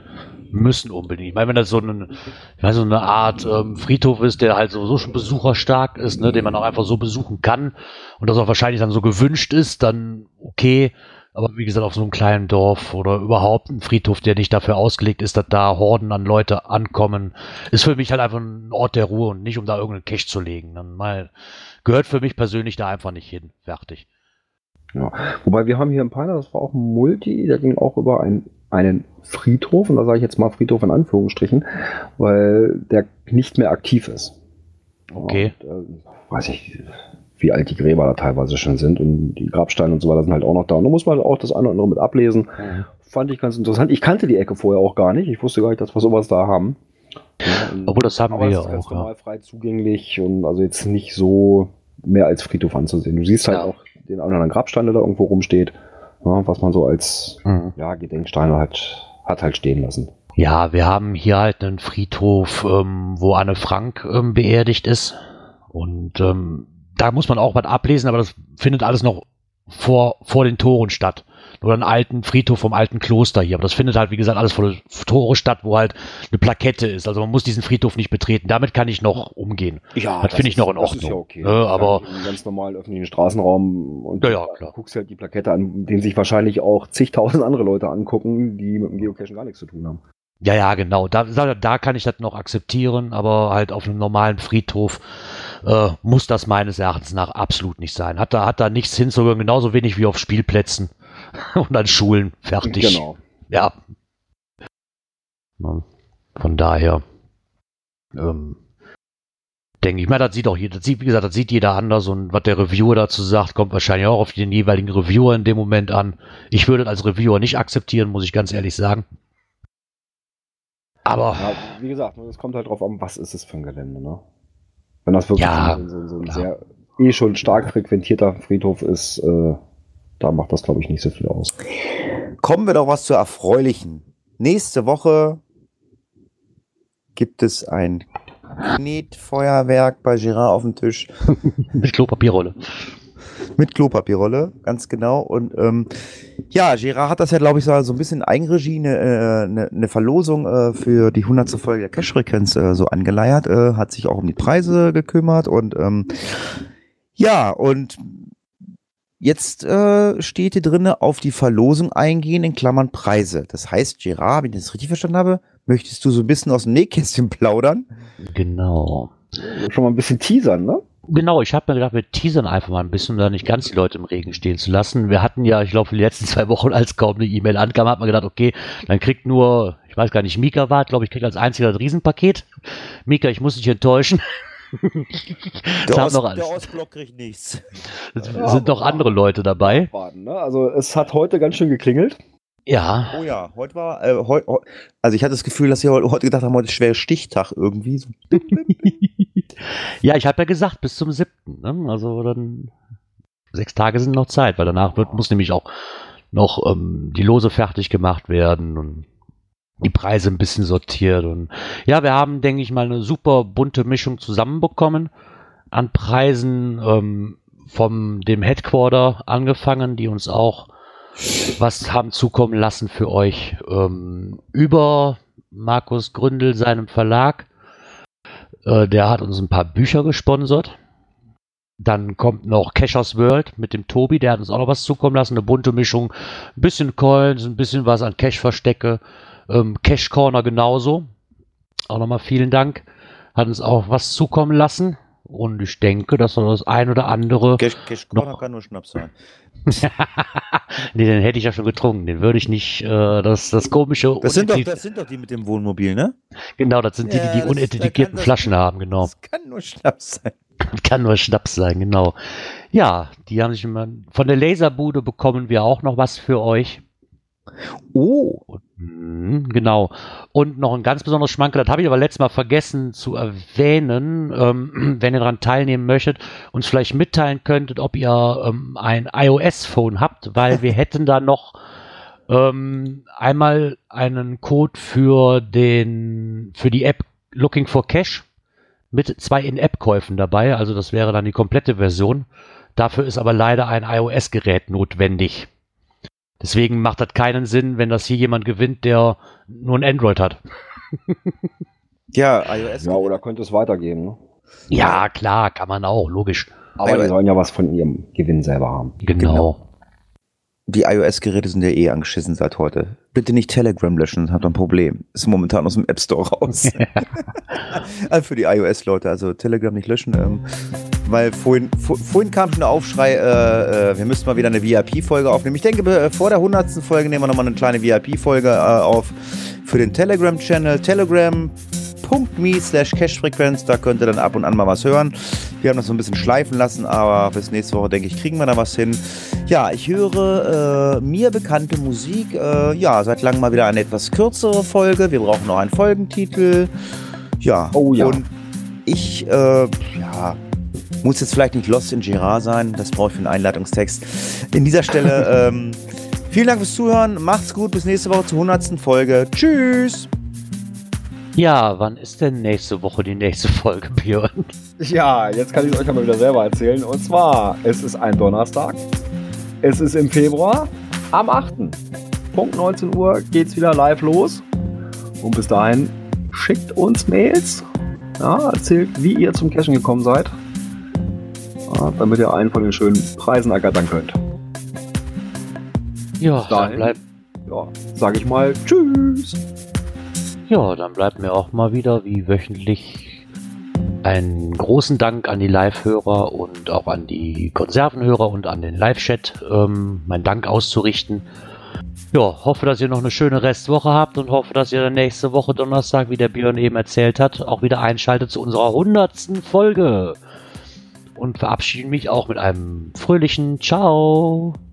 müssen unbedingt. Ich meine, wenn das so eine Art Friedhof ist, der halt sowieso schon besucherstark ist, ne, den man auch einfach so besuchen kann und das auch wahrscheinlich dann so gewünscht ist, dann okay. Aber wie gesagt, auf so einem kleinen Dorf oder überhaupt ein Friedhof, der nicht dafür ausgelegt ist, dass da Horden an Leute ankommen, ist für mich halt einfach ein Ort der Ruhe und nicht, um da irgendeinen Cache zu legen. Dann mal gehört für mich persönlich da einfach nicht hin. Fertig. Ja. Wobei wir haben hier in Peiner, das war auch ein Multi, der ging auch über einen Friedhof, und da sage ich jetzt mal Friedhof in Anführungsstrichen, weil der nicht mehr aktiv ist. Okay. Und, weiß ich, wie alt die Gräber da teilweise schon sind, und die Grabsteine und so weiter sind halt auch noch da. Und da muss man auch das eine oder andere mit ablesen. Fand ich ganz interessant. Ich kannte die Ecke vorher auch gar nicht. Ich wusste gar nicht, dass wir sowas da haben. Ja, Obwohl, das haben wir ja auch. Ganz normal frei zugänglich und also jetzt nicht so mehr als Friedhof anzusehen. Du siehst halt auch den einen oder anderen Grabstein, der da irgendwo rumsteht, ja, was man so als Gedenksteine hat halt stehen lassen. Ja, wir haben hier halt einen Friedhof, wo Anne Frank beerdigt ist. Und da muss man auch was ablesen, aber das findet alles noch vor den Toren statt. Oder einen alten Friedhof vom alten Kloster hier. Aber das findet halt, wie gesagt, alles vor den Tore statt, wo halt eine Plakette ist. Also man muss diesen Friedhof nicht betreten. Damit kann ich noch umgehen. Ja, das finde ich noch in Ordnung. Das ist ja okay. Aber im ganz normalen öffentlichen Straßenraum, und klar. Guckst halt die Plakette an, den sich wahrscheinlich auch zigtausend andere Leute angucken, die mit dem Geocachen gar nichts zu tun haben. Ja, genau. Da kann ich das noch akzeptieren, aber halt auf einem normalen Friedhof muss das meines Erachtens nach absolut nicht sein. Hat da nichts hinzugehören, genauso wenig wie auf Spielplätzen und an Schulen. Fertig. Genau. Ja. Von daher denke ich mal, das sieht jeder anders, und was der Reviewer dazu sagt, kommt wahrscheinlich auch auf den jeweiligen Reviewer in dem Moment an. Ich würde das als Reviewer nicht akzeptieren, muss ich ganz ehrlich sagen. Aber ja, wie gesagt, es kommt halt drauf an, was ist es für ein Gelände, ne? Wenn das wirklich so ein sehr schon stark frequentierter Friedhof ist, da macht das, glaube ich, nicht so viel aus. Kommen wir doch was zu Erfreulichen. Nächste Woche gibt es ein Knetfeuerwerk bei Girard auf dem Tisch. Mit Klopapierrolle. Mit Klopapierrolle, ganz genau. Und Girard hat das ja, glaube ich, so ein bisschen Eigenregie, eine Verlosung für die 100. Folge der Cache-Frequenz so angeleiert, hat sich auch um die Preise gekümmert, und und jetzt steht hier drin, auf die Verlosung eingehen, in Klammern Preise. Das heißt, Girard, wenn ich das richtig verstanden habe, möchtest du so ein bisschen aus dem Nähkästchen plaudern? Genau. Schon mal ein bisschen teasern, ne? Genau, ich habe mir gedacht, wir teasern einfach mal ein bisschen, um da nicht ganz die Leute im Regen stehen zu lassen. Wir hatten ja, ich glaube, die letzten 2 Wochen, als kaum eine E-Mail ankam, hat man gedacht, okay, dann kriegt nur, ich weiß gar nicht, Mika war, glaube ich, kriegt als einziger das Riesenpaket. Mika, ich muss dich enttäuschen. Der Ostblock kriegt nichts. Es sind doch andere Leute dabei. Also es hat heute ganz schön geklingelt. Ja. Oh ja, heute war, also ich hatte das Gefühl, dass sie heute gedacht haben, heute ist schwer Stichtag irgendwie. So. Ja, ich habe ja gesagt, bis zum 7. Ne? Also dann 6 Tage sind noch Zeit, weil danach muss nämlich auch noch die Lose fertig gemacht werden und die Preise ein bisschen sortiert. Und ja, wir haben, denke ich mal, eine super bunte Mischung zusammenbekommen an Preisen vom dem Headquarter angefangen, die uns auch was haben zukommen lassen für euch über Markus Gründel, seinem Verlag. Der hat uns ein paar Bücher gesponsert. Dann kommt noch Cachers World mit dem Tobi, der hat uns auch noch was zukommen lassen. Eine bunte Mischung, ein bisschen Coins, ein bisschen was an Cache-Verstecke. Cache Corner genauso. Auch nochmal vielen Dank. Hat uns auch was zukommen lassen. Und ich denke, dass wir das ein oder andere. Cache Corner kann nur Schnaps sein. Nee, den hätte ich ja schon getrunken. Den würde ich nicht. Das komische. Das sind doch die mit dem Wohnmobil, ne? Genau, das sind die unetikettierten Flaschen haben, genau. Das kann nur Schnaps sein. Kann nur Schnaps sein, genau. Ja, die haben sich immer. Von der Laserbude bekommen wir auch noch was für euch. Oh. Genau. Und noch ein ganz besonderes Schmankerl, das habe ich aber letztes Mal vergessen zu erwähnen, wenn ihr daran teilnehmen möchtet, uns vielleicht mitteilen könntet, ob ihr ein iOS-Phone habt, weil wir hätten da noch einmal einen Code für die App Looking for Cache mit 2 In-App-Käufen dabei, also das wäre dann die komplette Version. Dafür ist aber leider ein iOS-Gerät notwendig. Deswegen macht das keinen Sinn, wenn das hier jemand gewinnt, der nur ein Android hat. Ja, iOS. Ja, oder könnte es weitergeben, ne? Ja, klar, kann man auch, logisch. Aber die sollen ja was von ihrem Gewinn selber haben. Genau. Die iOS-Geräte sind ja angeschissen seit heute. Bitte nicht Telegram löschen, habt ihr ein Problem. Ist momentan aus dem App Store raus. Also für die iOS-Leute, also Telegram nicht löschen. Weil vorhin kam schon der Aufschrei, wir müssten mal wieder eine VIP-Folge aufnehmen. Ich denke, vor der 100. Folge nehmen wir nochmal eine kleine VIP-Folge auf für den Telegram-Channel. Telegram.me/Cashfrequenz, da könnt ihr dann ab und an mal was hören. Wir haben das so ein bisschen schleifen lassen, aber bis nächste Woche, denke ich, kriegen wir da was hin. Ja, ich höre mir bekannte Musik. Seit langem mal wieder eine etwas kürzere Folge. Wir brauchen noch einen Folgentitel. Ja, Oh ja. Und ich, muss jetzt vielleicht nicht Lost in Girard sein. Das brauche ich für einen Einleitungstext. In dieser Stelle, vielen Dank fürs Zuhören. Macht's gut. Bis nächste Woche zur 100. Folge. Tschüss. Ja, wann ist denn nächste Woche die nächste Folge, Björn? Ja, jetzt kann ich es euch aber wieder selber erzählen. Und zwar, es ist ein Donnerstag. Es ist im Februar. Am 8. Punkt 19 Uhr geht's wieder live los. Und bis dahin schickt uns Mails. Ja, erzählt, wie ihr zum Cashen gekommen seid. Ja, damit ihr einen von den schönen Preisen ergattern könnt. Ja, Dahin, sag ich mal tschüss. dann bleibt mir auch mal wieder wie wöchentlich einen großen Dank an die Live-Hörer und auch an die Konservenhörer und an den Live-Chat meinen Dank auszurichten. Ja, hoffe, dass ihr noch eine schöne Restwoche habt und hoffe, dass ihr dann nächste Woche Donnerstag, wie der Björn eben erzählt hat, auch wieder einschaltet zu unserer 100. Folge. Und verabschiede mich auch mit einem fröhlichen Ciao.